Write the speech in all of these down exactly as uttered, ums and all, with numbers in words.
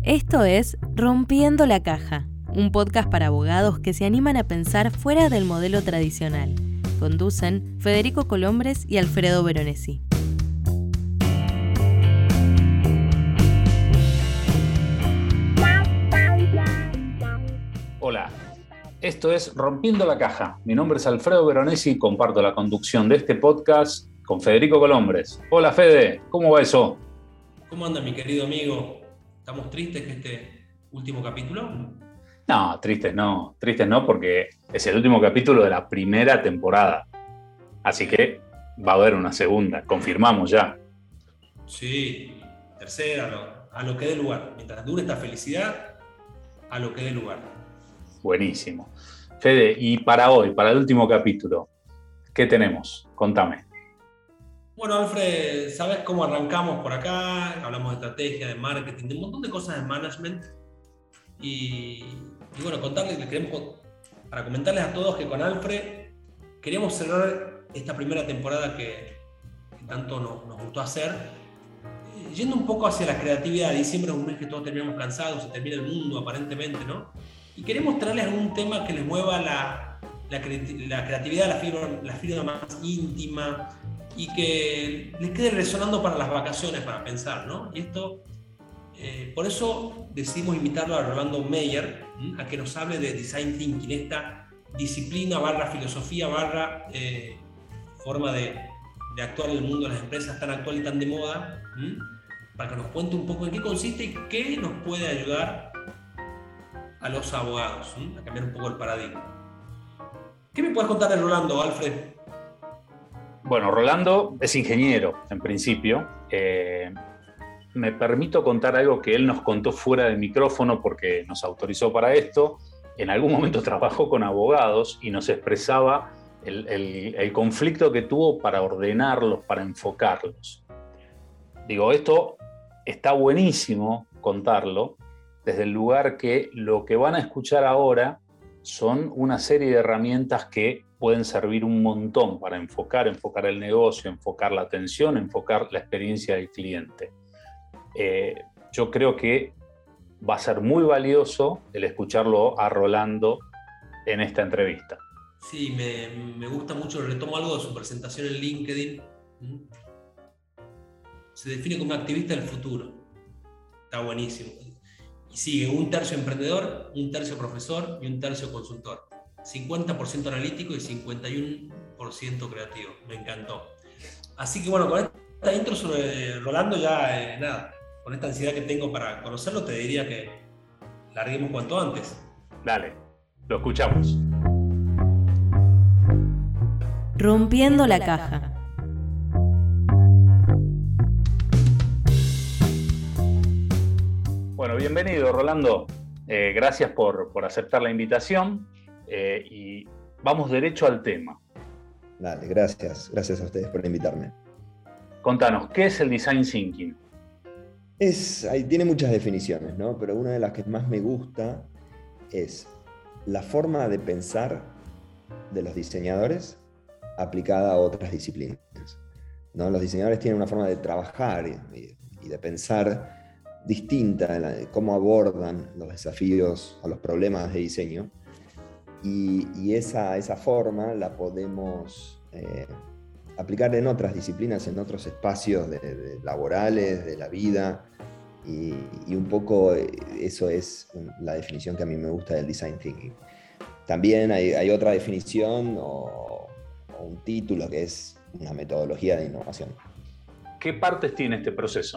Esto es Rompiendo la Caja, un podcast para abogados que se animan a pensar fuera del modelo tradicional. Conducen Federico Colombres y Alfredo Veronesi. Hola, esto es Rompiendo la Caja. Mi nombre es Alfredo Veronesi y comparto la conducción de este podcast con Federico Colombres. Hola Fede, ¿cómo va eso? ¿Cómo anda mi querido amigo? ¿Estamos tristes que este último capítulo? No, tristes no, tristes no porque es el último capítulo de la primera temporada. Así que va a haber una segunda, confirmamos ya. Sí, tercera, lo, a lo que dé lugar. Mientras dure esta felicidad, a lo que dé lugar. Buenísimo. Fede, y para hoy, para el último capítulo, ¿qué tenemos? Contame. Bueno, Alfred, ¿sabes cómo arrancamos por acá? Hablamos de estrategia, de marketing, de un montón de cosas de management. Y, y bueno, contarles que queremos, para comentarles a todos que con Alfred queríamos cerrar esta primera temporada que, que tanto nos, nos gustó hacer, eh, yendo un poco hacia la creatividad. Diciembre es un mes que todos terminamos cansados, se termina el mundo aparentemente, ¿no? Y queremos traerles algún tema que les mueva la, la, cre- la creatividad, la fibra, la fibra más íntima, y que les quede resonando para las vacaciones, para pensar, ¿no? Y esto, eh, por eso decidimos invitarlo a Rolando Meyer, ¿m? a que nos hable de Design Thinking, esta disciplina barra filosofía barra eh, forma de, de actuar en el mundo de las empresas tan actual y tan de moda, ¿m? para que nos cuente un poco en qué consiste y qué nos puede ayudar a los abogados, ¿m? a cambiar un poco el paradigma. ¿Qué me puedes contar de Rolando, Alfred? Bueno, Rolando es ingeniero, en principio. Eh, me permito contar algo que él nos contó fuera del micrófono porque nos autorizó para esto. En algún momento trabajó con abogados y nos expresaba el, el, el conflicto que tuvo para ordenarlos, para enfocarlos. Digo, esto está buenísimo contarlo desde el lugar que lo que van a escuchar ahora son una serie de herramientas que pueden servir un montón para enfocar, enfocar el negocio, enfocar la atención, enfocar la experiencia del cliente. Eh, yo creo que va a ser muy valioso el escucharlo a Rolando en esta entrevista. Sí, me, me gusta mucho, retomo algo de su presentación en LinkedIn. Se define como un activista del futuro. Está buenísimo. Y sigue un tercio emprendedor, un tercio profesor y un tercio consultor. cincuenta por ciento analítico y cincuenta y uno por ciento creativo. Me encantó. Así que bueno, con esta intro sobre Rolando ya, eh, nada, con esta ansiedad que tengo para conocerlo, te diría que larguemos cuanto antes. Dale, lo escuchamos. Rompiendo la Caja. Bueno, bienvenido, Rolando. Eh, gracias por, por aceptar la invitación. Eh, y vamos derecho al tema. Dale, gracias. Gracias a ustedes por invitarme. Contanos, ¿qué es el Design Thinking? Es, ahí tiene muchas definiciones, ¿no? Pero una de las que más me gusta es la forma de pensar de los diseñadores aplicada a otras disciplinas, ¿no? Los diseñadores tienen una forma de trabajar y, y de pensar distinta, de cómo abordan los desafíos o los problemas de diseño. Y, y esa, esa forma la podemos eh, aplicar en otras disciplinas, en otros espacios de, de laborales, de la vida. Y, y un poco eso es la definición que a mí me gusta del Design Thinking. También hay, hay otra definición o, o un título que es una metodología de innovación. ¿Qué partes tiene este proceso?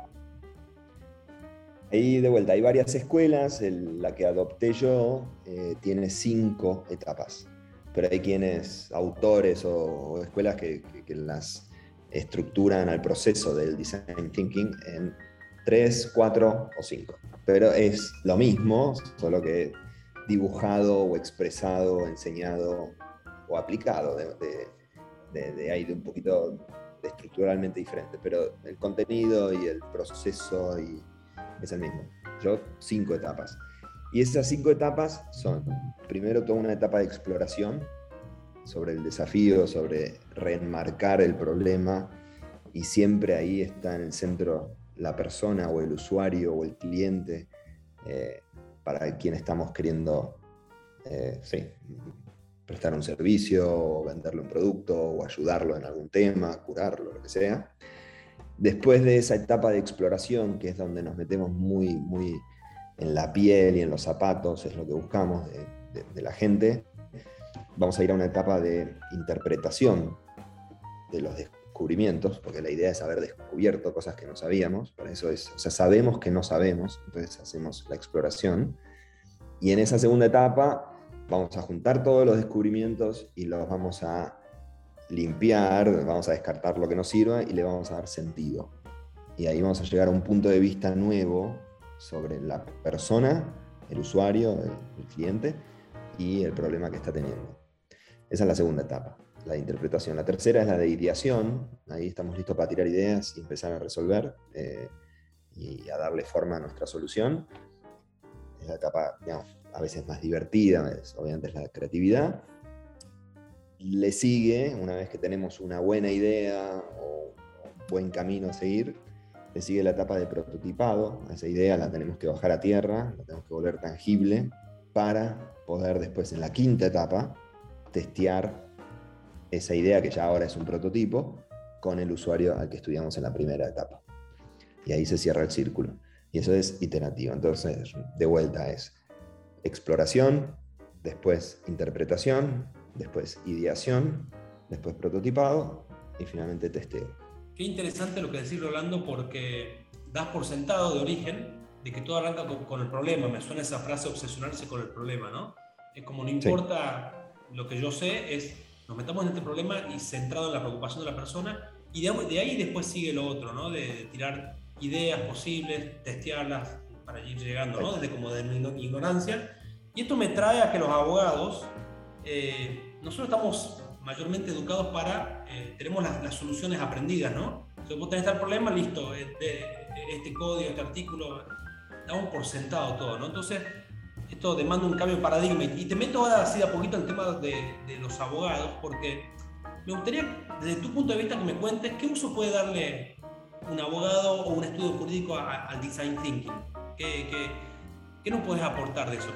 Ahí de vuelta, hay varias escuelas, el, la que adopté yo eh, tiene cinco etapas, pero hay quienes, autores o, o escuelas que, que, que las estructuran al proceso del Design Thinking en tres, cuatro o cinco. Pero es lo mismo, solo que dibujado o expresado, o enseñado o aplicado, de, de, de, de ahí de un poquito de estructuralmente diferente, pero el contenido y el proceso y es el mismo. Yo, cinco etapas. Y esas cinco etapas son, primero, toda una etapa de exploración sobre el desafío, sobre reenmarcar el problema, y siempre ahí está en el centro la persona o el usuario o el cliente eh, para quien estamos queriendo eh, sí, prestar un servicio o venderle un producto o ayudarlo en algún tema, curarlo, lo que sea. Después de esa etapa de exploración, que es donde nos metemos muy, muy en la piel y en los zapatos, es lo que buscamos de, de, de la gente, vamos a ir a una etapa de interpretación de los descubrimientos, porque la idea es haber descubierto cosas que no sabíamos, para eso es, o sea, sabemos que no sabemos, entonces hacemos la exploración, y en esa segunda etapa vamos a juntar todos los descubrimientos y los vamos a limpiar, vamos a descartar lo que nos sirva y le vamos a dar sentido. Y ahí vamos a llegar a un punto de vista nuevo sobre la persona, el usuario, el, el cliente y el problema que está teniendo. Esa es la segunda etapa, la de interpretación. La tercera es la de ideación. Ahí estamos listos para tirar ideas y empezar a resolver eh, y a darle forma a nuestra solución. Es la etapa, digamos, a veces más divertida, es, obviamente es la creatividad. Le sigue, una vez que tenemos una buena idea o un buen camino a seguir, le sigue la etapa de prototipado. Esa idea la tenemos que bajar a tierra, la tenemos que volver tangible para poder después en la quinta etapa testear esa idea que ya ahora es un prototipo con el usuario al que estudiamos en la primera etapa. Y ahí se cierra el círculo. Y eso es iterativo. Entonces, de vuelta es exploración, después interpretación, después ideación, después prototipado y finalmente testeo. Qué interesante lo que decís, Rolando, porque das por sentado de origen de que todo arranca con, con el problema. Me suena esa frase, obsesionarse con el problema, ¿no? Es como no importa sí. Lo que yo sé, es nos metamos en este problema y centrado en la preocupación de la persona, y de, de ahí después sigue lo otro, ¿no? De, de tirar ideas posibles, testearlas para ir llegando, ¿no? Desde como de mi ignorancia. Y esto me trae a que los abogados, eh, nosotros estamos mayormente educados para, eh, tenemos las, las soluciones aprendidas, ¿no? Si vos tenés tal problema, listo, de, de, este código, este artículo, damos por sentado todo, ¿no? Entonces, esto demanda un cambio de paradigma. Y te meto ahora así de a poquito en el tema de, de los abogados, porque me gustaría, desde tu punto de vista, que me cuentes qué uso puede darle un abogado o un estudio jurídico al design thinking. ¿Qué, qué, qué nos puedes aportar de eso?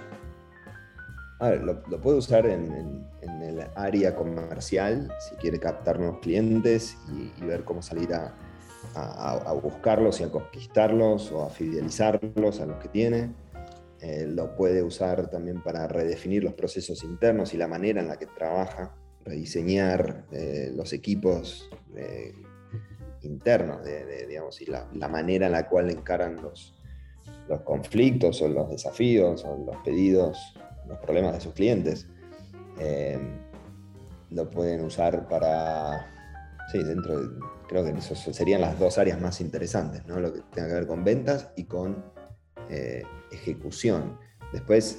A ver, lo, lo puedo usar en, en, en el área comercial, si quiere captar nuevos clientes y, y ver cómo salir a, a, a buscarlos y a conquistarlos o a fidelizarlos a los que tiene. Eh, lo puede usar también para redefinir los procesos internos y la manera en la que trabaja, rediseñar eh, los equipos eh, internos, de, de, digamos, y la, la manera en la cual encaran los, los conflictos o los desafíos o los pedidos, los problemas de sus clientes. Eh, lo pueden usar para, sí, dentro de, creo que eso serían las dos áreas más interesantes, ¿no? Lo que tenga que ver con ventas y con eh, ejecución. Después,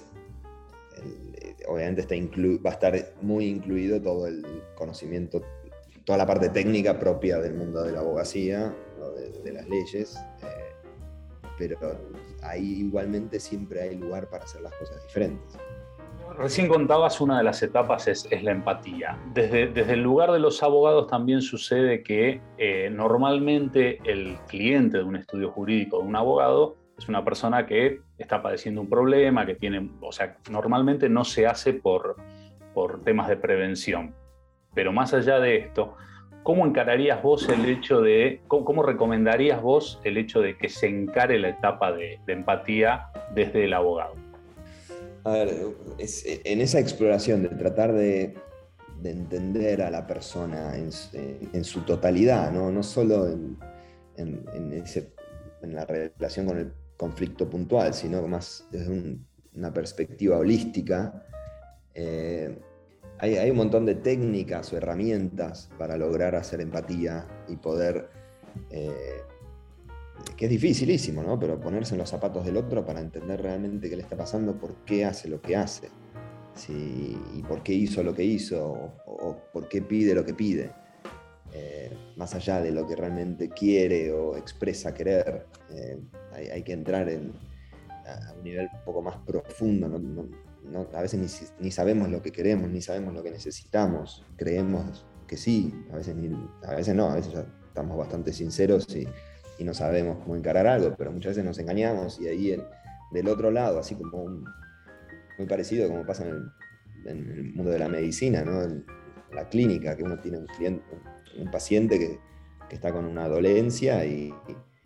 el, obviamente está inclu- va a estar muy incluido todo el conocimiento, toda la parte técnica propia del mundo de la abogacía, ¿no? de, de las leyes, eh, pero ahí igualmente siempre hay lugar para hacer las cosas diferentes. Recién contabas, una de las etapas es, es la empatía. Desde, desde el lugar de los abogados también sucede que eh, normalmente el cliente de un estudio jurídico, de un abogado, es una persona que está padeciendo un problema, que tiene, o sea, normalmente no se hace por, por temas de prevención. Pero más allá de esto, ¿cómo encararías vos el hecho de, cómo, cómo recomendarías vos el hecho de que se encare la etapa de, de empatía desde el abogado? A ver, es, en esa exploración de tratar de, de entender a la persona en, en, en su totalidad, no, no solo en, en, en, ese, en la relación con el conflicto puntual, sino más desde un, una perspectiva holística, eh, hay, hay un montón de técnicas o herramientas para lograr hacer empatía y poder... Eh, que es dificilísimo, ¿no? Pero ponerse en los zapatos del otro para entender realmente qué le está pasando, por qué hace lo que hace, ¿sí? Y por qué hizo lo que hizo, o, o por qué pide lo que pide, eh, más allá de lo que realmente quiere o expresa querer. Eh, hay, hay que entrar en, a un nivel un poco más profundo, ¿no? No, no, a veces ni, ni sabemos lo que queremos, ni sabemos lo que necesitamos, creemos que sí, a veces, ni, a veces no, a veces ya estamos bastante sinceros y y no sabemos cómo encarar algo, pero muchas veces nos engañamos y ahí en, del otro lado, así como un, muy parecido como pasa en el, en el mundo de la medicina, ¿no? En la clínica, que uno tiene un cliente, un, un paciente que, que está con una dolencia y,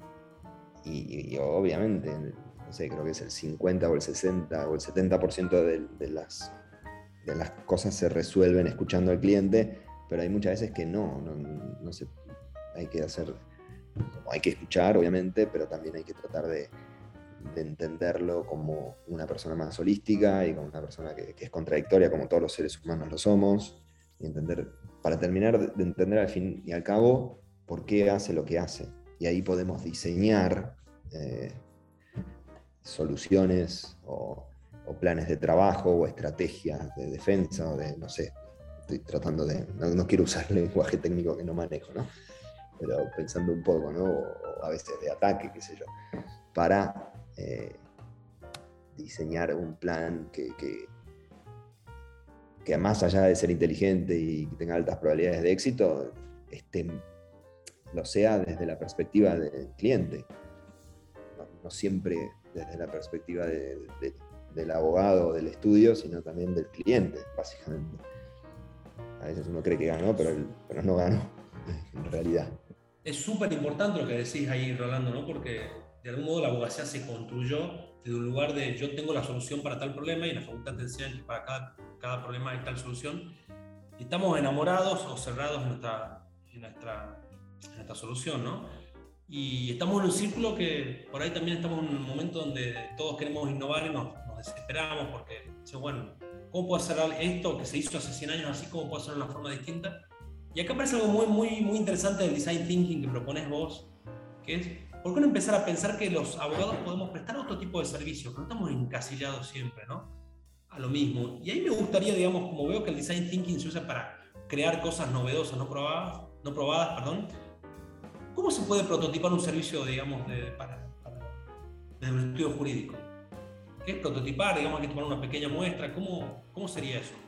y, y obviamente, no sé, creo que es el cincuenta o el sesenta o el setenta por ciento de, de, las, de las cosas se resuelven escuchando al cliente, pero hay muchas veces que no, no, no se, hay que hacer, como hay que escuchar obviamente, pero también hay que tratar de, de entenderlo como una persona más holística y como una persona que, que es contradictoria como todos los seres humanos lo somos, y entender, para terminar de entender al fin y al cabo por qué hace lo que hace, y ahí podemos diseñar eh, soluciones o, o planes de trabajo o estrategias de defensa o de, no sé, estoy tratando de, no, no quiero usar el lenguaje técnico que no manejo, ¿no? Pero pensando un poco, ¿no? O a veces de ataque, qué sé yo, para eh, diseñar un plan que, que, que más allá de ser inteligente y que tenga altas probabilidades de éxito, esté, lo sea desde la perspectiva del cliente, no, no siempre desde la perspectiva de, de, del abogado o del estudio, sino también del cliente, básicamente. A veces uno cree que ganó, pero, pero no ganó, en realidad. Es súper importante lo que decís ahí, Rolando, ¿no? Porque de algún modo la abogacía se construyó desde un lugar de yo tengo la solución para tal problema y en la facultad te enseñan que para cada, cada problema hay tal solución. Y estamos enamorados o cerrados en nuestra, en nuestra, en nuestra solución, ¿no? Y estamos en un círculo que por ahí también estamos en un momento donde todos queremos innovar y nos, nos desesperamos porque, bueno, ¿cómo puedo hacer esto que se hizo hace cien años así? ¿Cómo puedo hacerlo de una forma distinta? Y acá aparece algo muy, muy, muy interesante del design thinking que propones vos, que es, ¿por qué no empezar a pensar que los abogados podemos prestar otro tipo de servicios? Que no estamos encasillados siempre, ¿no? A lo mismo. Y ahí me gustaría, digamos, como veo que el design thinking se usa para crear cosas novedosas, no probadas, no probadas, perdón, ¿cómo se puede prototipar un servicio, digamos, de, para, para, desde un estudio jurídico? ¿Qué es prototipar? Digamos, hay que tomar una pequeña muestra. ¿Cómo, cómo sería eso?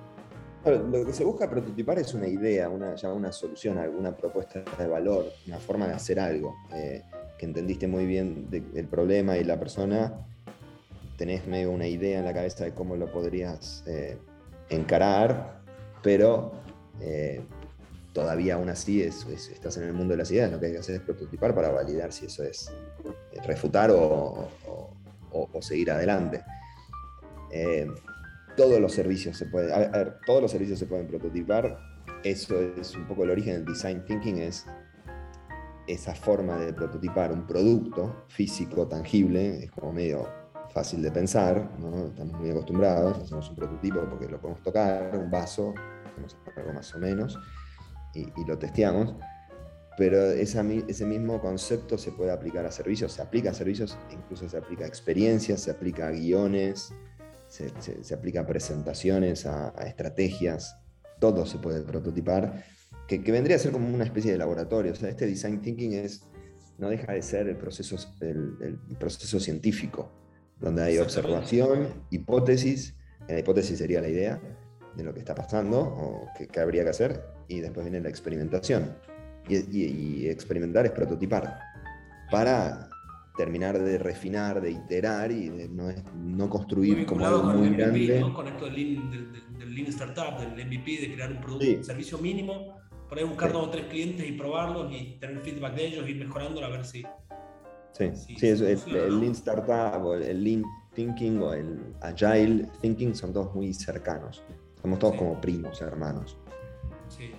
Lo que se busca prototipar es una idea, una, ya una solución, alguna propuesta de valor, una forma de hacer algo, eh, que entendiste muy bien de, del problema y la persona, tenés medio una idea en la cabeza de cómo lo podrías eh, encarar, pero eh, todavía aún así es, es, estás en el mundo de las ideas, lo que hay que hacer es prototipar para validar si eso es eh, refutar o, o, o, o seguir adelante. Eh, todos los servicios se pueden, a ver, todos los servicios se pueden prototipar. Eso es un poco el origen del design thinking, es esa forma de prototipar un producto físico, tangible, es como medio fácil de pensar, ¿no? Estamos muy acostumbrados, hacemos un prototipo porque lo podemos tocar, un vaso, hacemos algo más o menos, y, y lo testeamos, pero esa, ese mismo concepto se puede aplicar a servicios, se aplica a servicios, incluso se aplica a experiencias, se aplica a guiones, Se, se, se aplica a presentaciones, a, a estrategias, todo se puede prototipar, que, que vendría a ser como una especie de laboratorio. O sea, este design thinking es, no deja de ser el proceso, el, el proceso científico, donde hay observación, hipótesis, la hipótesis sería la idea de lo que está pasando o que, que habría que hacer, y después viene la experimentación. Y, y, y experimentar es prototipar, para terminar de refinar, de iterar y de no, no construir como algo muy grande. ¿No? Con esto del lean, del, del lean Startup, del M V P, de crear un producto, sí. un servicio mínimo, por ahí buscar sí. dos o tres clientes y probarlos y tener feedback de ellos, ir mejorándolo a ver si... Sí, si, sí eso, el, el ¿no? Lean Startup o el Lean Thinking o el Agile Thinking son todos muy cercanos. Somos todos sí. como primos, hermanos. Sí.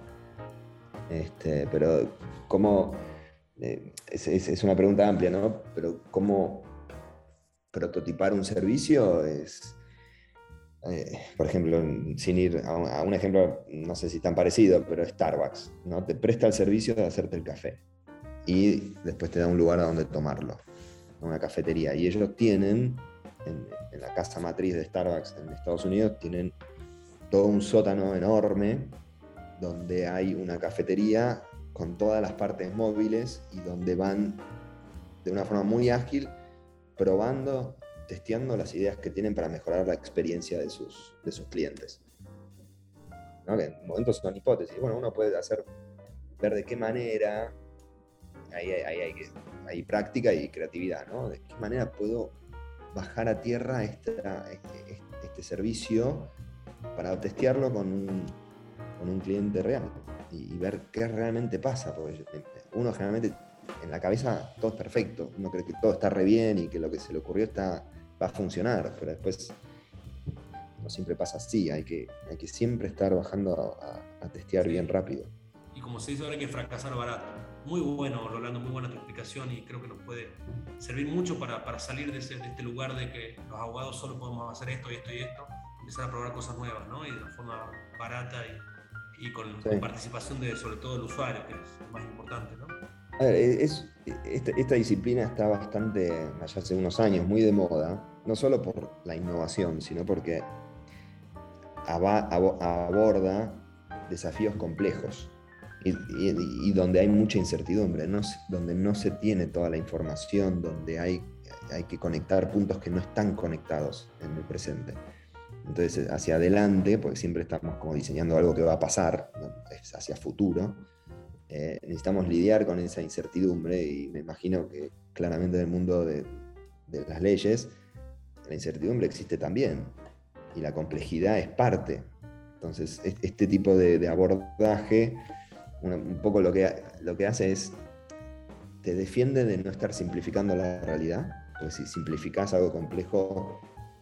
Este, pero ¿cómo...? Eh, es, es, es una pregunta amplia, ¿no? Pero ¿cómo prototipar un servicio? Es, eh, por ejemplo, sin ir a un, a un ejemplo, no sé si tan parecido, pero Starbucks, ¿no? Te presta el servicio de hacerte el café y después te da un lugar a donde tomarlo, una cafetería. Y ellos tienen, en, en la casa matriz de Starbucks en Estados Unidos, tienen todo un sótano enorme donde hay una cafetería con todas las partes móviles y donde van de una forma muy ágil probando, testeando las ideas que tienen para mejorar la experiencia de sus, de sus clientes. ¿No? Que en momentos son hipótesis. Bueno, uno puede hacer, ver de qué manera ahí, ahí hay, hay práctica y creatividad, ¿no? ¿De qué manera puedo bajar a tierra esta, este, este servicio para testearlo con un, con un cliente real y, y ver qué realmente pasa? Porque uno generalmente en la cabeza todo es perfecto, uno cree que todo está re bien y que lo que se le ocurrió está, va a funcionar, pero después no siempre pasa así, hay que, hay que siempre estar bajando a, a testear sí. bien rápido. Y como se dice ahora, hay que fracasar barato. Muy bueno, Rolando, muy buena tu explicación y creo que nos puede servir mucho para, para salir de, ese, de este lugar de que los abogados solo podemos hacer esto y esto y esto, empezar a probar cosas nuevas, ¿no? Y de una forma barata y, y con, sí. con participación de, sobre todo, del usuario, que es lo más importante, ¿no? A ver, es, esta, esta disciplina está bastante, allá hace unos años, muy de moda, no solo por la innovación, sino porque aba, ab, aborda desafíos complejos y, y, y donde hay mucha incertidumbre, ¿no? Donde no se tiene toda la información, donde hay, hay que conectar puntos que no están conectados en el presente. Entonces, hacia adelante, porque siempre estamos como diseñando algo que va a pasar, ¿no? Es hacia futuro. Eh, necesitamos lidiar con esa incertidumbre y me imagino que claramente en el mundo de, de las leyes la incertidumbre existe también y la complejidad es parte. Entonces este tipo de, de abordaje una, un poco lo que, lo que hace es te defiende de no estar simplificando la realidad, porque si simplificás algo complejo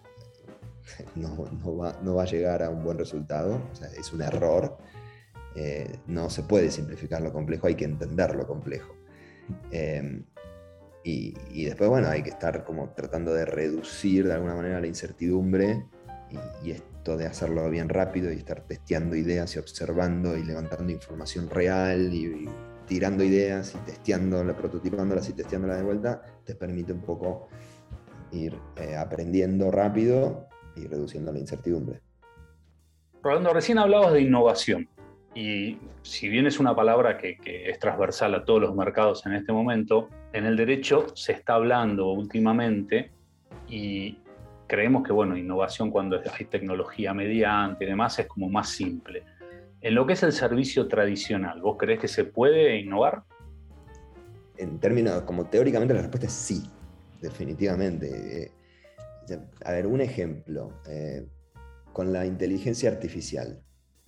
no, no, va, no va a llegar a un buen resultado, o sea, es un error. Eh, no se puede simplificar lo complejo, hay que entender lo complejo. Eh, y, y después, bueno, hay que estar como tratando de reducir de alguna manera la incertidumbre y, y esto de hacerlo bien rápido y estar testeando ideas y observando y levantando información real y, y tirando ideas y testeándolas, prototipándolas y testeándolas de vuelta, te permite un poco ir eh, aprendiendo rápido y reduciendo la incertidumbre. Rolando, recién hablabas de innovación. Y si bien es una palabra que, que es transversal a todos los mercados en este momento, en el derecho se está hablando últimamente y creemos que, bueno, innovación cuando hay tecnología mediante y demás es como más simple. En lo que es el servicio tradicional, ¿vos creés que se puede innovar? En términos, como teóricamente la respuesta es sí, definitivamente. Eh, a ver, un ejemplo, eh, con la inteligencia artificial.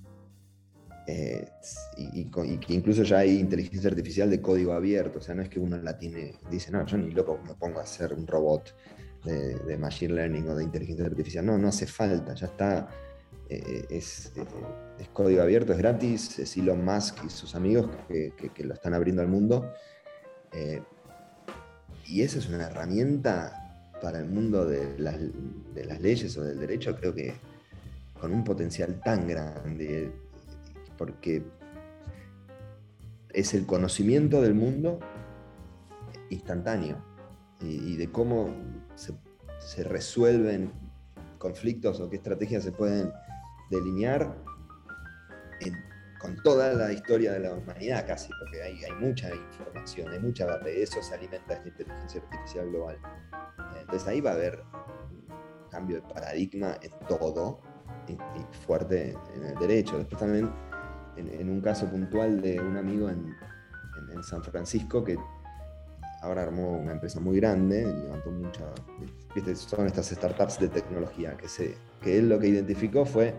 Eh, y, y, y que incluso ya hay inteligencia artificial de código abierto, o sea, no es que uno la tiene, dice, no, yo ni loco me pongo a hacer un robot de, de machine learning o de inteligencia artificial, no, no hace falta, ya está, eh, es, eh, es código abierto, es gratis, es Elon Musk y sus amigos que, que, que lo están abriendo al mundo, eh, y esa es una herramienta para el mundo de las, de las leyes o del derecho, creo que con un potencial tan grande, porque es el conocimiento del mundo instantáneo y, y de cómo se, se resuelven conflictos o qué estrategias se pueden delinear en, con toda la historia de la humanidad casi, porque hay, hay mucha información, hay mucha data, de eso se alimenta esta inteligencia artificial global. Entonces ahí va a haber un cambio de paradigma en todo y, y fuerte en el derecho. Después también En, en un caso puntual de un amigo en, en, en San Francisco que ahora armó una empresa muy grande, levantó mucha, ¿viste? Son estas startups de tecnología, que, se, que él lo que identificó fue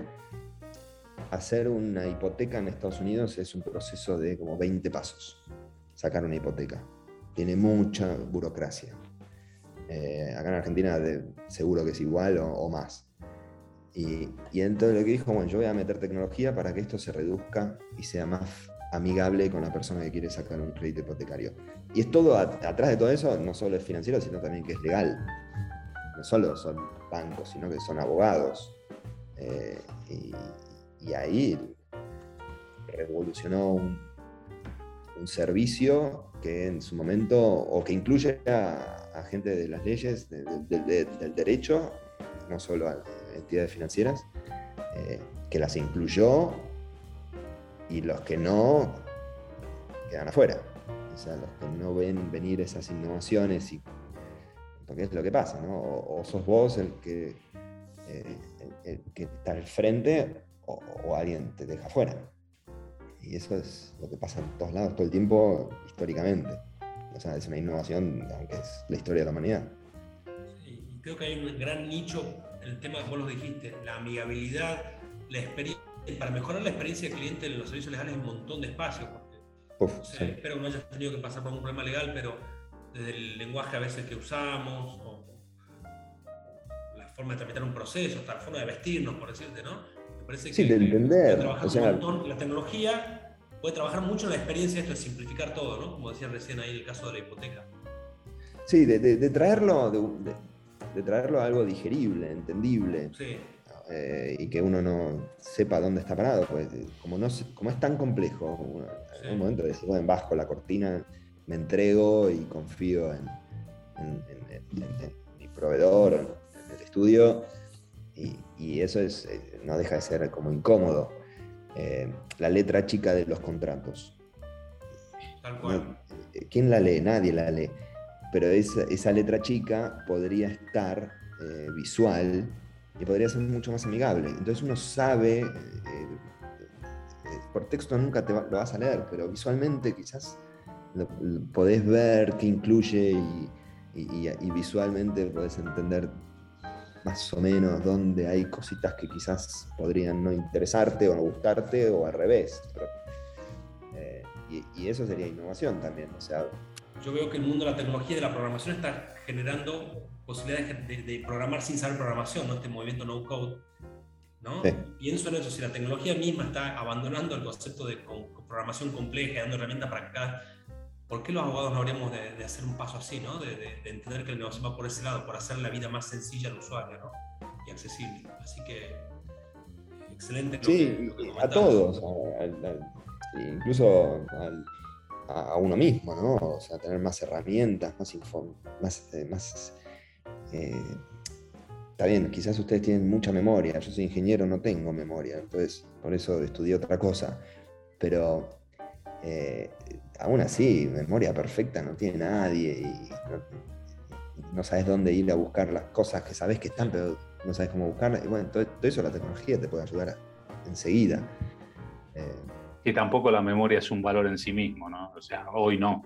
hacer una hipoteca en Estados Unidos es un proceso de como veinte pasos, sacar una hipoteca. Tiene mucha burocracia. Eh, acá en Argentina de, seguro que es igual o, o más. Y, y entonces lo que dijo, bueno, yo voy a meter tecnología para que esto se reduzca y sea más amigable con la persona que quiere sacar un crédito hipotecario. Y es todo, a, atrás de todo eso, no solo es financiero, sino también que es legal. No solo son bancos, sino que son abogados. Eh, y, y ahí revolucionó un, un servicio que en su momento, o que incluye a, a gente de las leyes, de, de, de, del derecho, no solo a entidades financieras, eh, que las incluyó y los que no quedan afuera. O sea, los que no ven venir esas innovaciones, y, porque es lo que pasa, ¿no? O, o sos vos el que, eh, el, el que está al frente o, o alguien te deja afuera. Y eso es lo que pasa en todos lados todo el tiempo históricamente. O sea, es una innovación, aunque es la historia de la humanidad. Sí, y creo que hay un gran nicho, el tema que vos lo dijiste, la amigabilidad, la experiencia. Para mejorar la experiencia del cliente en los servicios legales hay un montón de espacios. Porque, Uf, o sea, sí. espero que no hayas tenido que pasar por un problema legal, pero desde el lenguaje a veces que usamos, o la forma de tramitar un proceso, hasta la forma de vestirnos, por decirte, ¿no? Me parece Sí, que, de que entender. puede trabajar O sea, un montón. La tecnología puede trabajar mucho en la experiencia, esto de simplificar todo, ¿no? Como decía recién ahí el caso de la hipoteca. sí, de, de, de traerlo, de, de, de traerlo a algo digerible, entendible. Sí. Eh, y que uno no sepa dónde está parado, pues como, no, como es tan complejo, uno, Sí. en un momento de decir, bueno, bajo la cortina, me entrego y confío en, en, en, en, en mi proveedor, en, en el estudio, y, y eso es, no deja de ser como incómodo. Eh, la letra chica de los contratos. Tal cual. No, ¿quién la lee? Nadie la lee. Pero esa, esa letra chica podría estar eh, visual y podría ser mucho más amigable. Entonces uno sabe, eh, eh, por texto nunca te va, lo vas a leer, pero visualmente quizás lo, lo podés ver qué incluye y, y, y, y visualmente podés entender más o menos dónde hay cositas que quizás podrían no interesarte o no gustarte o al revés. Pero, eh, y, y eso sería innovación también. O sea, yo veo que el mundo de la tecnología y de la programación está generando posibilidades de, de programar sin saber programación, ¿no? Este movimiento no-code, ¿no? sí. Pienso en eso, si la tecnología misma está abandonando el concepto de con, con programación compleja, dando herramientas para cada... ¿Por qué los abogados no habríamos de, de hacer un paso así, ¿no? De, de, de entender que el negocio va por ese lado, por hacer la vida más sencilla al usuario, ¿no? Y accesible. Así que, excelente lo Sí, que, lo que a todos, a, a, a, incluso al, a uno mismo, ¿no? O sea, tener más herramientas, más info, más, eh, más eh, está bien, quizás ustedes tienen mucha memoria, yo soy ingeniero, no tengo memoria, entonces por eso estudié otra cosa, pero eh, aún así, memoria perfecta no tiene nadie y no, no sabes dónde ir a buscar las cosas que sabes que están, pero no sabes cómo buscarlas, y bueno, todo, todo eso la tecnología te puede ayudar a, enseguida. Eh, y tampoco la memoria es un valor en sí mismo, ¿no? O sea, hoy no.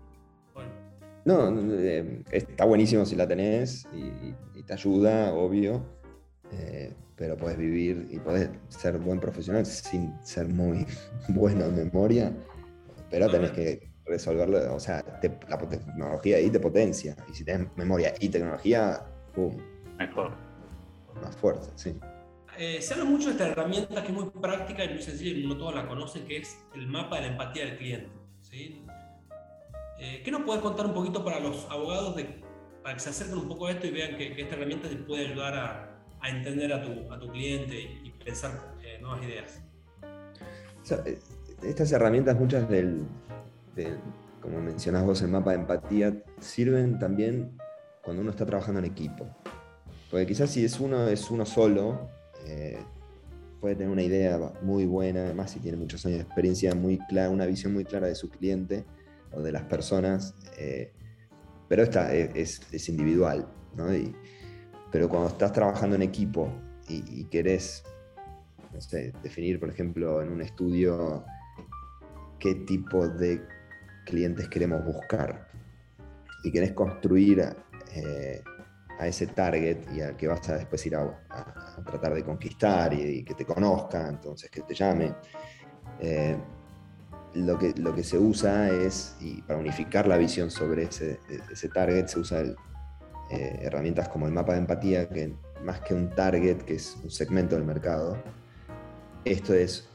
No, eh, está buenísimo si la tenés y, y te ayuda, obvio, eh, pero podés vivir y podés ser buen profesional sin ser muy bueno en memoria, pero tenés que resolverlo, o sea, te, la tecnología ahí te potencia, y si tenés memoria y tecnología, ¡pum! Mejor. Más fuerte, sí. Eh, se habla mucho de esta herramienta que es muy práctica y muy sencilla y no todos la conocen, que es el mapa de la empatía del cliente, ¿sí? Eh, ¿Qué nos puedes contar un poquito para los abogados de, para que se acerquen un poco a esto y vean que, que esta herramienta te puede ayudar a, a entender a tu, a tu cliente y, y pensar eh, nuevas ideas? O sea, estas herramientas, muchas del, del, como mencionás vos, el mapa de empatía, sirven también cuando uno está trabajando en equipo. Porque quizás si es uno, es uno solo, eh, puede tener una idea muy buena, además si tiene muchos años de experiencia, muy clara, una visión muy clara de su cliente o de las personas, eh, pero esta es, es individual, ¿no? Y, pero cuando estás trabajando en equipo y, y querés, no sé, definir, por ejemplo, en un estudio qué tipo de clientes queremos buscar y querés construir eh, a ese target y al que vas a después ir a, a, a tratar de conquistar y, y que te conozca, entonces que te llame. Eh, lo, que, lo que se usa es, y para unificar la visión sobre ese, ese target, se usa el, eh, herramientas como el mapa de empatía, que más que un target, que es un segmento del mercado, esto es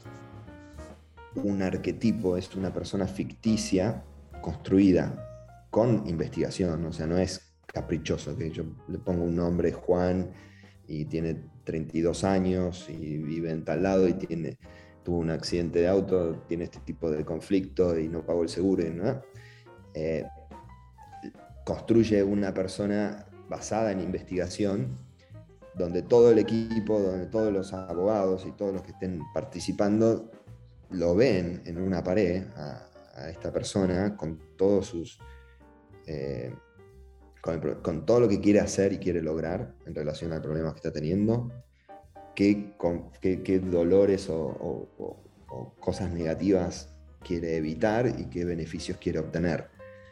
un arquetipo, es una persona ficticia construida con investigación, o sea, no es caprichoso, que yo le pongo un nombre, Juan, y tiene treinta y dos años y vive en tal lado y tiene, tuvo un accidente de auto, tiene este tipo de conflicto y no pagó el seguro, ¿no? Eh, construye una persona basada en investigación, donde todo el equipo, donde todos los abogados y todos los que estén participando lo ven en una pared a, a esta persona con todos sus... Eh, Con, el, con todo lo que quiere hacer y quiere lograr en relación al problema que está teniendo, qué, con, qué, qué dolores o, o, o, o cosas negativas quiere evitar y qué beneficios quiere obtener.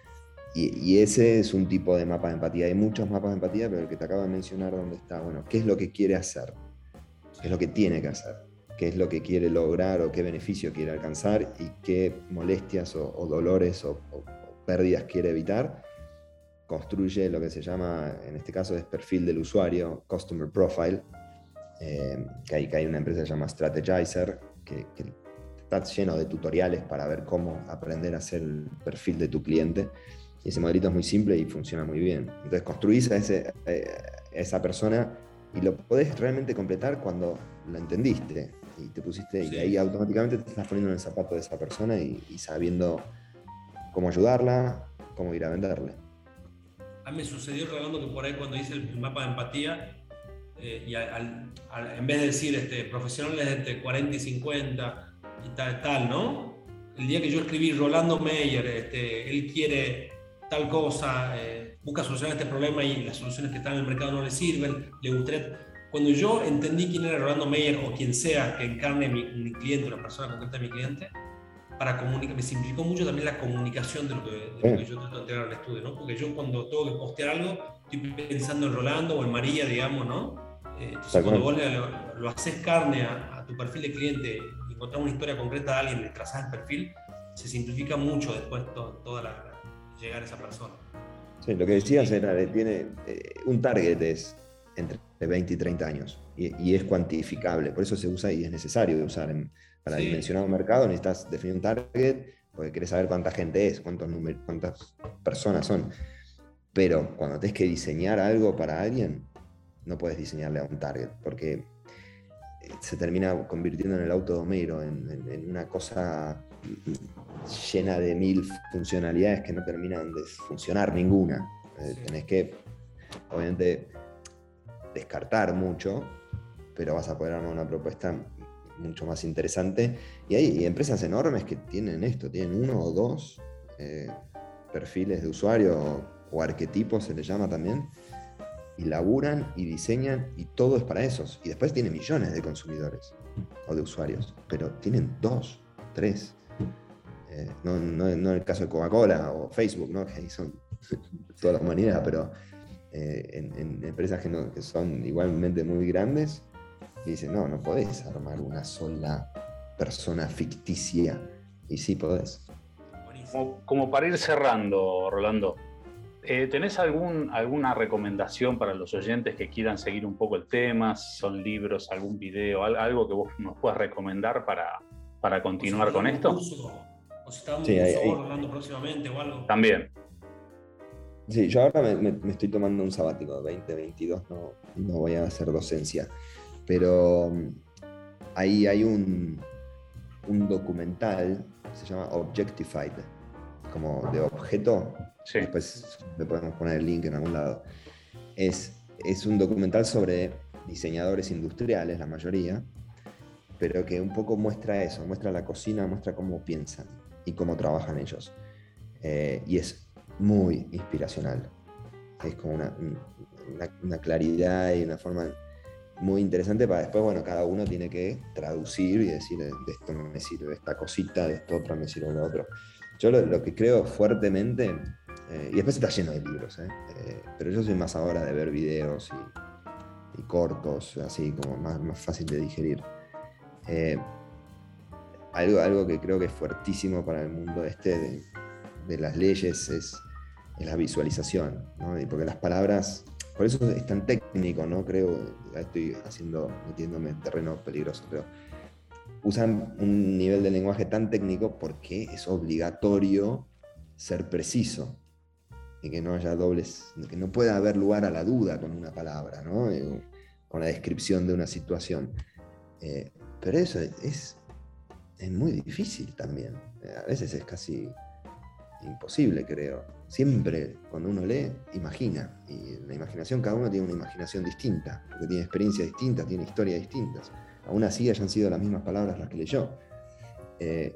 Y, y ese es un tipo de mapa de empatía. Hay muchos mapas de empatía, pero el que te acabo de mencionar, donde está, bueno, ¿qué es lo que quiere hacer? ¿Qué es lo que tiene que hacer? ¿Qué es lo que quiere lograr o qué beneficio quiere alcanzar y qué molestias o, o dolores o, o, o pérdidas quiere evitar? Construye lo que se llama, en este caso es perfil del usuario, Customer Profile, eh, que, hay, que hay una empresa que se llama Strategizer, que, que está lleno de tutoriales para ver cómo aprender a hacer el perfil de tu cliente. Y ese modelito es muy simple y funciona muy bien. Entonces construís a, ese, a esa persona y lo podés realmente completar cuando lo entendiste y te pusiste, sí. Y ahí automáticamente te estás poniendo en el zapato de esa persona y, y sabiendo cómo ayudarla, cómo ir a venderle. A mí me sucedió, Rolando, que por ahí cuando hice el, el mapa de empatía, eh, y al, al, en vez de decir este, profesionales de entre cuarenta y cincuenta y tal, tal, ¿no? El día que yo escribí Rolando Meyer, este, él quiere tal cosa, eh, busca solucionar este problema y las soluciones que están en el mercado no le sirven, le gustaría... Cuando yo entendí quién era Rolando Meyer o quien sea que encarne mi, mi cliente, una persona concreta de mi cliente, para comunicar, me simplificó mucho también la comunicación de lo que, de lo que yo trato de entregar al estudio, ¿no? Porque yo cuando tengo que postear algo, estoy pensando en Rolando o en María, digamos, ¿no? Eh, entonces cuando vos le, lo, lo haces carne a, a tu perfil de cliente y encontrás una historia concreta de alguien, le trazás el perfil, se simplifica mucho después to, toda la, la, llegar a esa persona. Sí, lo que decías era, tiene, eh, un target es entre veinte y treinta años y, y es cuantificable, por eso se usa y es necesario usar en, para sí. dimensionar un mercado. Necesitas definir un target porque querés saber cuánta gente es, cuántos números, cuántas personas son, pero cuando tenés que diseñar algo para alguien no puedes diseñarle a un target porque se termina convirtiendo en el auto de Homero, en, en, en una cosa llena de mil funcionalidades que no terminan de funcionar ninguna. Eh, tenés que, obviamente, descartar mucho, pero vas a poder armar una propuesta mucho más interesante. Y hay empresas enormes que tienen esto, tienen uno o dos eh, perfiles de usuario o, o arquetipos, se les llama también, y laburan y diseñan y todo es para esos. Y después tienen millones de consumidores o de usuarios, pero tienen dos, tres. Eh, no, no, no en el caso de Coca-Cola o Facebook, ¿no? Que ahí son toda la humanidad, pero eh, en, en empresas que, no, que son igualmente muy grandes, y dicen, no, no podés armar una sola persona ficticia. Y sí podés. Como, como para ir cerrando, Rolando, eh, ¿tenés algún, alguna recomendación para los oyentes que quieran seguir un poco el tema? ¿Son libros, algún video, algo que vos nos puedas recomendar para, para continuar o si con esto? Curso, o si está un sí, curso ahí, ahí. Rolando próximamente o algo. También. Sí, yo ahora me, me, me estoy tomando un sabático, veinte veintidós, no, no voy a hacer docencia, pero ahí hay un, un documental, se llama Objectified, como de objeto, sí. Después le podemos poner el link en algún lado. Es, es un documental sobre diseñadores industriales, la mayoría, pero que un poco muestra eso, muestra la cocina, muestra cómo piensan y cómo trabajan ellos. Eh, y es muy inspiracional. Es como una, una, una claridad y una forma muy interesante para después, bueno, cada uno tiene que traducir y decir, de esto no me sirve esta cosita, de esto otro me sirve lo otro. Yo lo, lo que creo fuertemente, eh, y después está lleno de libros, eh, eh, pero yo soy más ahora de ver videos y, y cortos, así como más, más fácil de digerir. Eh, algo, algo que creo que es fuertísimo para el mundo este de, de las leyes es, es la visualización, ¿no? Y porque las palabras, por eso es tan técnico, ¿no? Creo, ya estoy haciendo, metiéndome en terreno peligroso, pero usan un nivel de lenguaje tan técnico porque es obligatorio ser preciso y que no haya dobles, que no pueda haber lugar a la duda con una palabra, ¿no? Con la descripción de una situación. Eh, pero eso es, es muy difícil también. A veces es casi imposible, creo. Siempre cuando uno lee, imagina. Y la imaginación, cada uno tiene una imaginación distinta, porque tiene experiencias distintas, tiene historias distintas. Aún así hayan sido las mismas palabras las que leyó. Eh,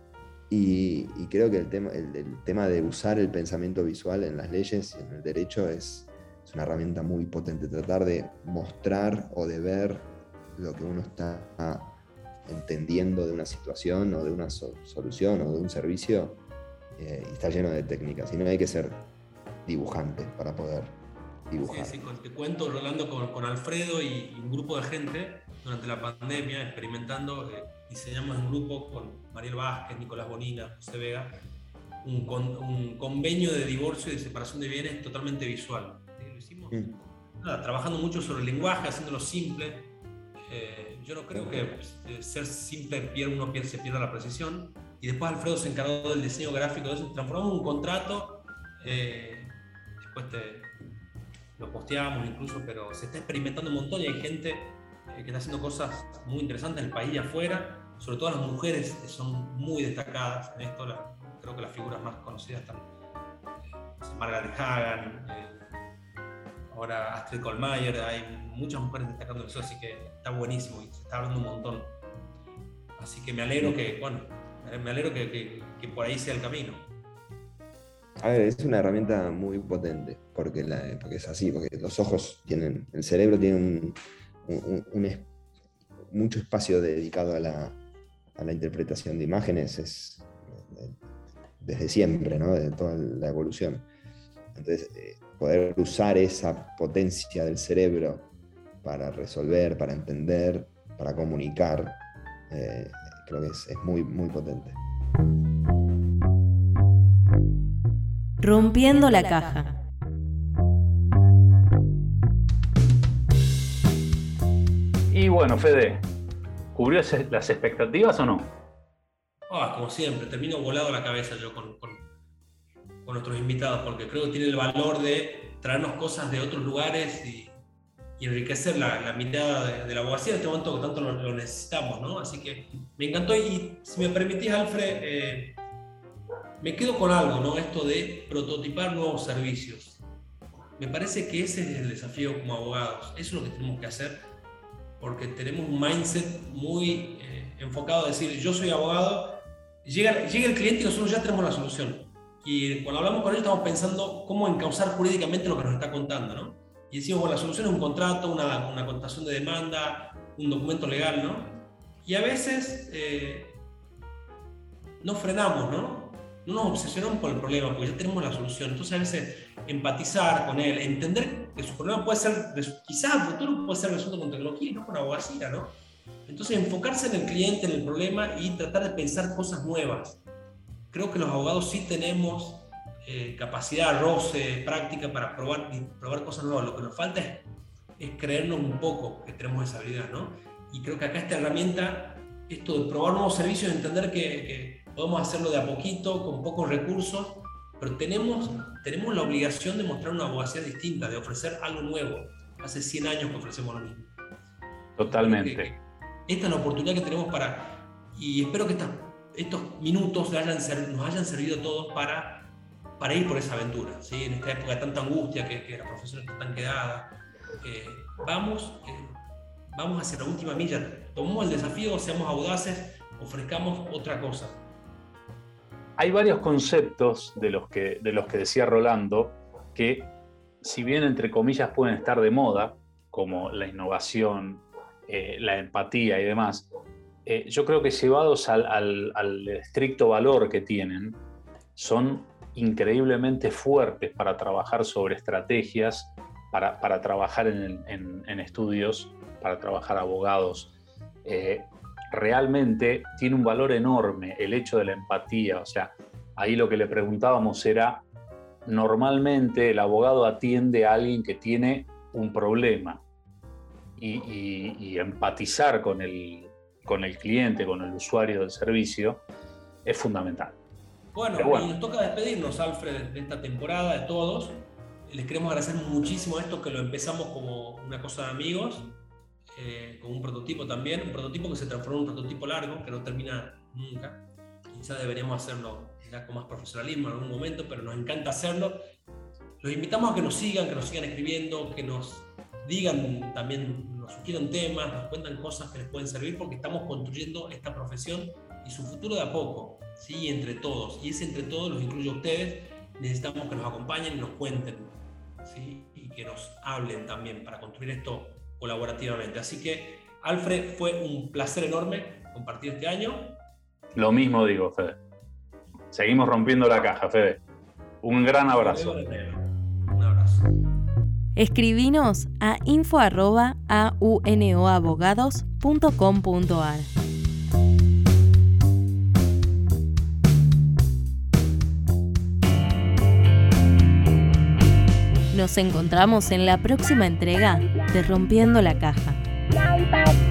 y, y creo que el tema, el, el tema de usar el pensamiento visual en las leyes y en el derecho es, es una herramienta muy potente. Tratar de mostrar o de ver lo que uno está entendiendo de una situación o de una so- solución o de un servicio eh, y está lleno de técnicas, y no hay que ser dibujante para poder dibujar. Sí, sí, te cuento, Rolando, con, con Alfredo y, y un grupo de gente durante la pandemia, experimentando, eh, diseñamos un grupo con Mariel Vázquez, Nicolás Bonina, José Vega, un, con, un convenio de divorcio y de separación de bienes totalmente visual. ¿Sí? Lo hicimos mm. nada, trabajando mucho sobre el lenguaje, haciéndolo simple. Eh, yo no creo que eh, ser simple pierde, uno pierde, se pierda la precisión. Y después Alfredo se encargó del diseño gráfico de eso, transformamos un contrato, eh, después te, lo posteamos incluso, pero se está experimentando un montón y hay gente eh, que está haciendo cosas muy interesantes en el país y afuera, sobre todo las mujeres son muy destacadas en esto, la, creo que las figuras más conocidas están eh, Margaret Hagan, eh, ahora Astrid Kollmeier, hay muchas mujeres destacando eso, así que está buenísimo y se está hablando un montón. Así que me alegro que, bueno, me alegro que, que, que por ahí sea el camino. A ver, es una herramienta muy potente, porque, la, porque es así, porque los ojos tienen, el cerebro tiene un, un, un es, mucho espacio dedicado a la, a la interpretación de imágenes, es desde siempre, ¿no? De toda la evolución. Entonces, eh, poder usar esa potencia del cerebro para resolver, para entender, para comunicar, eh, creo que es, es muy, muy potente. Rompiendo la caja. Y bueno, Fede, ¿cubrió las expectativas o no? Oh, como siempre, termino volado la cabeza yo con, con, con nuestros invitados, porque creo que tiene el valor de traernos cosas de otros lugares y, y enriquecer la, la mirada de, de la abogacía en este momento que tanto lo, lo necesitamos, ¿no? Así que me encantó y si me permitís, Alfred, eh, me quedo con algo, ¿no? Esto de prototipar nuevos servicios. Me parece que ese es el desafío como abogados. Eso es lo que tenemos que hacer, porque tenemos un mindset muy eh, enfocado a decir, yo soy abogado, llega, llega el cliente y nosotros ya tenemos la solución. Y cuando hablamos con ellos estamos pensando cómo encauzar jurídicamente lo que nos está contando, ¿no? Y decimos, bueno, la solución es un contrato, una, una constatación de demanda, un documento legal, ¿no? Y a veces eh, no frenamos, ¿no? No nos obsesionamos con el problema porque ya tenemos la solución. Entonces a veces empatizar con él, entender que su problema puede ser, quizás a futuro puede ser resuelto con tecnología y no con abogacía, ¿no? Entonces enfocarse en el cliente, en el problema y tratar de pensar cosas nuevas. Creo que los abogados sí tenemos eh, capacidad, roce, práctica para probar, probar cosas nuevas. Lo que nos falta es, es creernos un poco que tenemos esa habilidad, ¿no? Y creo que acá esta herramienta, esto de probar nuevos servicios, entender que, que podemos hacerlo de a poquito, con pocos recursos, pero tenemos, tenemos la obligación de mostrar una abogacía distinta, de ofrecer algo nuevo. Hace cien años que ofrecemos lo mismo. Totalmente. Que, que esta es la oportunidad que tenemos para, y espero que esta, estos minutos hayan, nos hayan servido a todos para, para ir por esa aventura, ¿sí? En esta época de tanta angustia, que, que las profesiones están quedadas. Eh, vamos, eh, vamos hacia la última milla, tomemos el desafío, seamos audaces, ofrezcamos otra cosa. Hay varios conceptos de los que, de los que decía Rolando que, si bien entre comillas pueden estar de moda, como la innovación, eh, la empatía y demás, eh, yo creo que llevados al, al, al estricto valor que tienen, son increíblemente fuertes para trabajar sobre estrategias, para, para trabajar en, en, en estudios, para trabajar abogados. Eh, realmente tiene un valor enorme el hecho de la empatía. O sea, ahí lo que le preguntábamos era, normalmente el abogado atiende a alguien que tiene un problema y, y, y empatizar con el, con el cliente, con el usuario del servicio es fundamental. Bueno, bueno, y nos toca despedirnos, Alfred, de esta temporada, de todos. Les queremos agradecer muchísimo esto, que lo empezamos como una cosa de amigos, Eh, con un prototipo también, un prototipo que se transformó en un prototipo largo, que no termina nunca. Quizás deberíamos hacerlo ya con más profesionalismo en algún momento, pero nos encanta hacerlo. Los invitamos a que nos sigan, que nos sigan escribiendo, que nos digan también, nos sugieran temas, nos cuentan cosas que les pueden servir, porque estamos construyendo esta profesión y su futuro de a poco, ¿sí? Entre todos. Y ese entre todos los incluye a ustedes. Necesitamos que nos acompañen y nos cuenten, ¿sí? Y que nos hablen también para construir esto colaborativamente. Así que, Alfred, fue un placer enorme compartir este año. Lo mismo digo, Fede. Seguimos rompiendo la caja, Fede. Un gran abrazo. Un abrazo. Escribinos a info arroba aunoabogados punto com punto ar. Nos encontramos en la próxima entrega de Rompiendo la Caja.